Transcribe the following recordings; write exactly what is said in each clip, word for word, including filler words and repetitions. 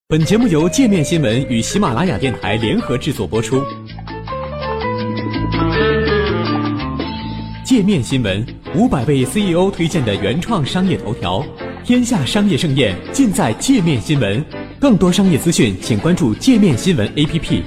本节目由界面新闻与喜马拉雅电台联合制作播出。界面新闻五百位 C E O 推荐的原创商业头条，天下商业盛宴尽在界面新闻。更多商业资讯，请关注界面新闻 A P P。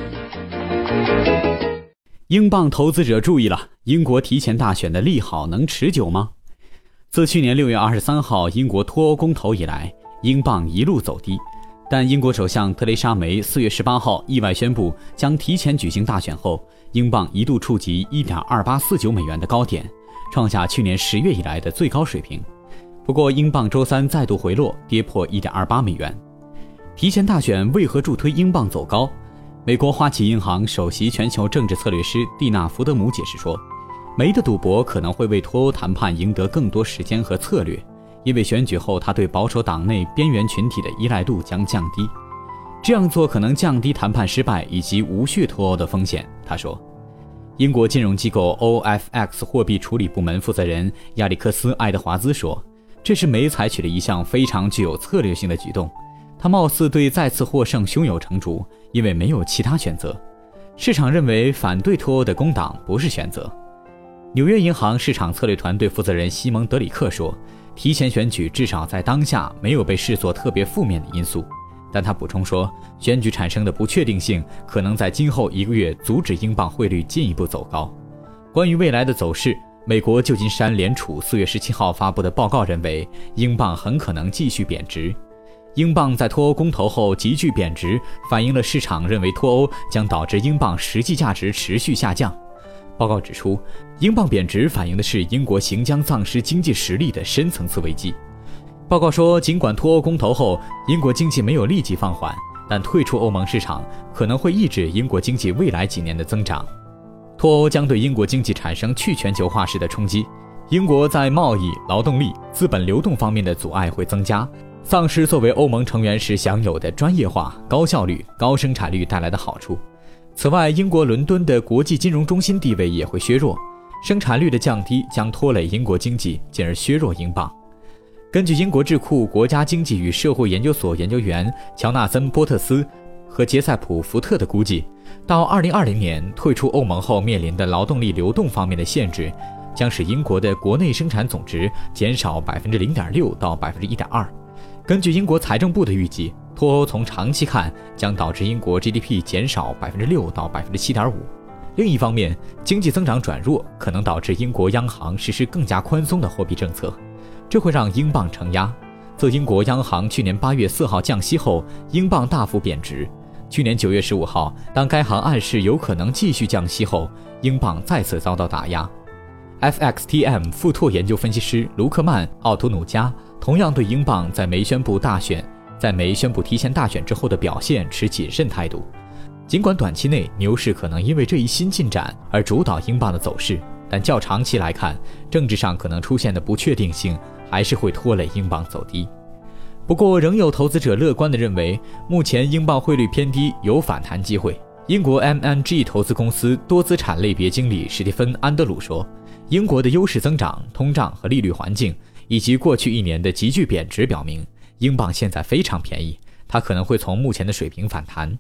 英镑投资者注意了，英国提前大选的利好能持久吗？自去年六月二十三号英国脱欧公投以来，英镑一路走低。但英国首相特蕾莎梅四月十八号意外宣布将提前举行大选后，英镑一度触及 一点二八四九美元的高点，创下去年十月以来的最高水平。不过英镑周三再度回落，跌破 一点二八美元。提前大选为何助推英镑走高？美国花旗银行首席全球政治策略师蒂娜·福德姆解释说，梅的赌博可能会为脱欧谈判赢得更多时间和策略，因为选举后他对保守党内边缘群体的依赖度将降低，这样做可能降低谈判失败以及无序脱欧的风险。他说，英国金融机构 O F X 货币处理部门负责人亚历克斯·爱德华兹说，这是梅采取了一项非常具有策略性的举动，他貌似对再次获胜胸有成竹，因为没有其他选择。市场认为反对脱欧的工党不是选择。纽约银行市场策略团队负责人西蒙·德里克说，提前选举至少在当下没有被视作特别负面的因素，但他补充说，选举产生的不确定性可能在今后一个月阻止英镑汇率进一步走高。关于未来的走势，美国旧金山联储四月十七号发布的报告认为，英镑很可能继续贬值。英镑在脱欧公投后急剧贬值，反映了市场认为脱欧将导致英镑实际价值持续下降。报告指出，英镑贬值反映的是英国行将丧失经济实力的深层次危机。报告说，尽管脱欧公投后英国经济没有立即放缓，但退出欧盟市场可能会抑制英国经济未来几年的增长。脱欧将对英国经济产生去全球化式的冲击，英国在贸易、劳动力、资本流动方面的阻碍会增加，丧失作为欧盟成员时享有的专业化、高效率、高生产率带来的好处。此外，英国伦敦的国际金融中心地位也会削弱，生产率的降低将拖累英国经济，进而削弱英镑。根据英国智库国家经济与社会研究所研究员乔纳森·波特斯和杰塞普·福特的估计，到二零二零年退出欧盟后面临的劳动力流动方面的限制，将使英国的国内生产总值减少 百分之零点六 到 百分之一点二。根据英国财政部的预计，脱欧从长期看将导致英国 G D P 减少 百分之六 到 百分之七点五。另一方面，经济增长转弱可能导致英国央行实施更加宽松的货币政策，这会让英镑承压。自英国央行去年八月四号降息后，英镑大幅贬值。去年九月十五号，当该行暗示有可能继续降息后，英镑再次遭到打压。F X T M 富拓研究分析师卢克曼·奥图努加同样对英镑在梅宣布大选在梅宣布提前大选之后的表现持谨慎态度。尽管短期内牛市可能因为这一新进展而主导英镑的走势，但较长期来看，政治上可能出现的不确定性还是会拖累英镑走低。不过，仍有投资者乐观地认为，目前英镑汇率偏低，有反弹机会。英国 M N G 投资公司多资产类别经理史蒂芬·安德鲁说，英国的优势增长、通胀和利率环境，以及过去一年的急剧贬值表明，英镑现在非常便宜，它可能会从目前的水平反弹。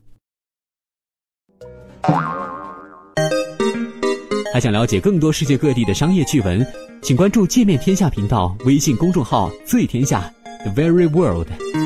还想了解更多世界各地的商业趣闻，请关注界面天下频道微信公众号“最天下 The Very World”。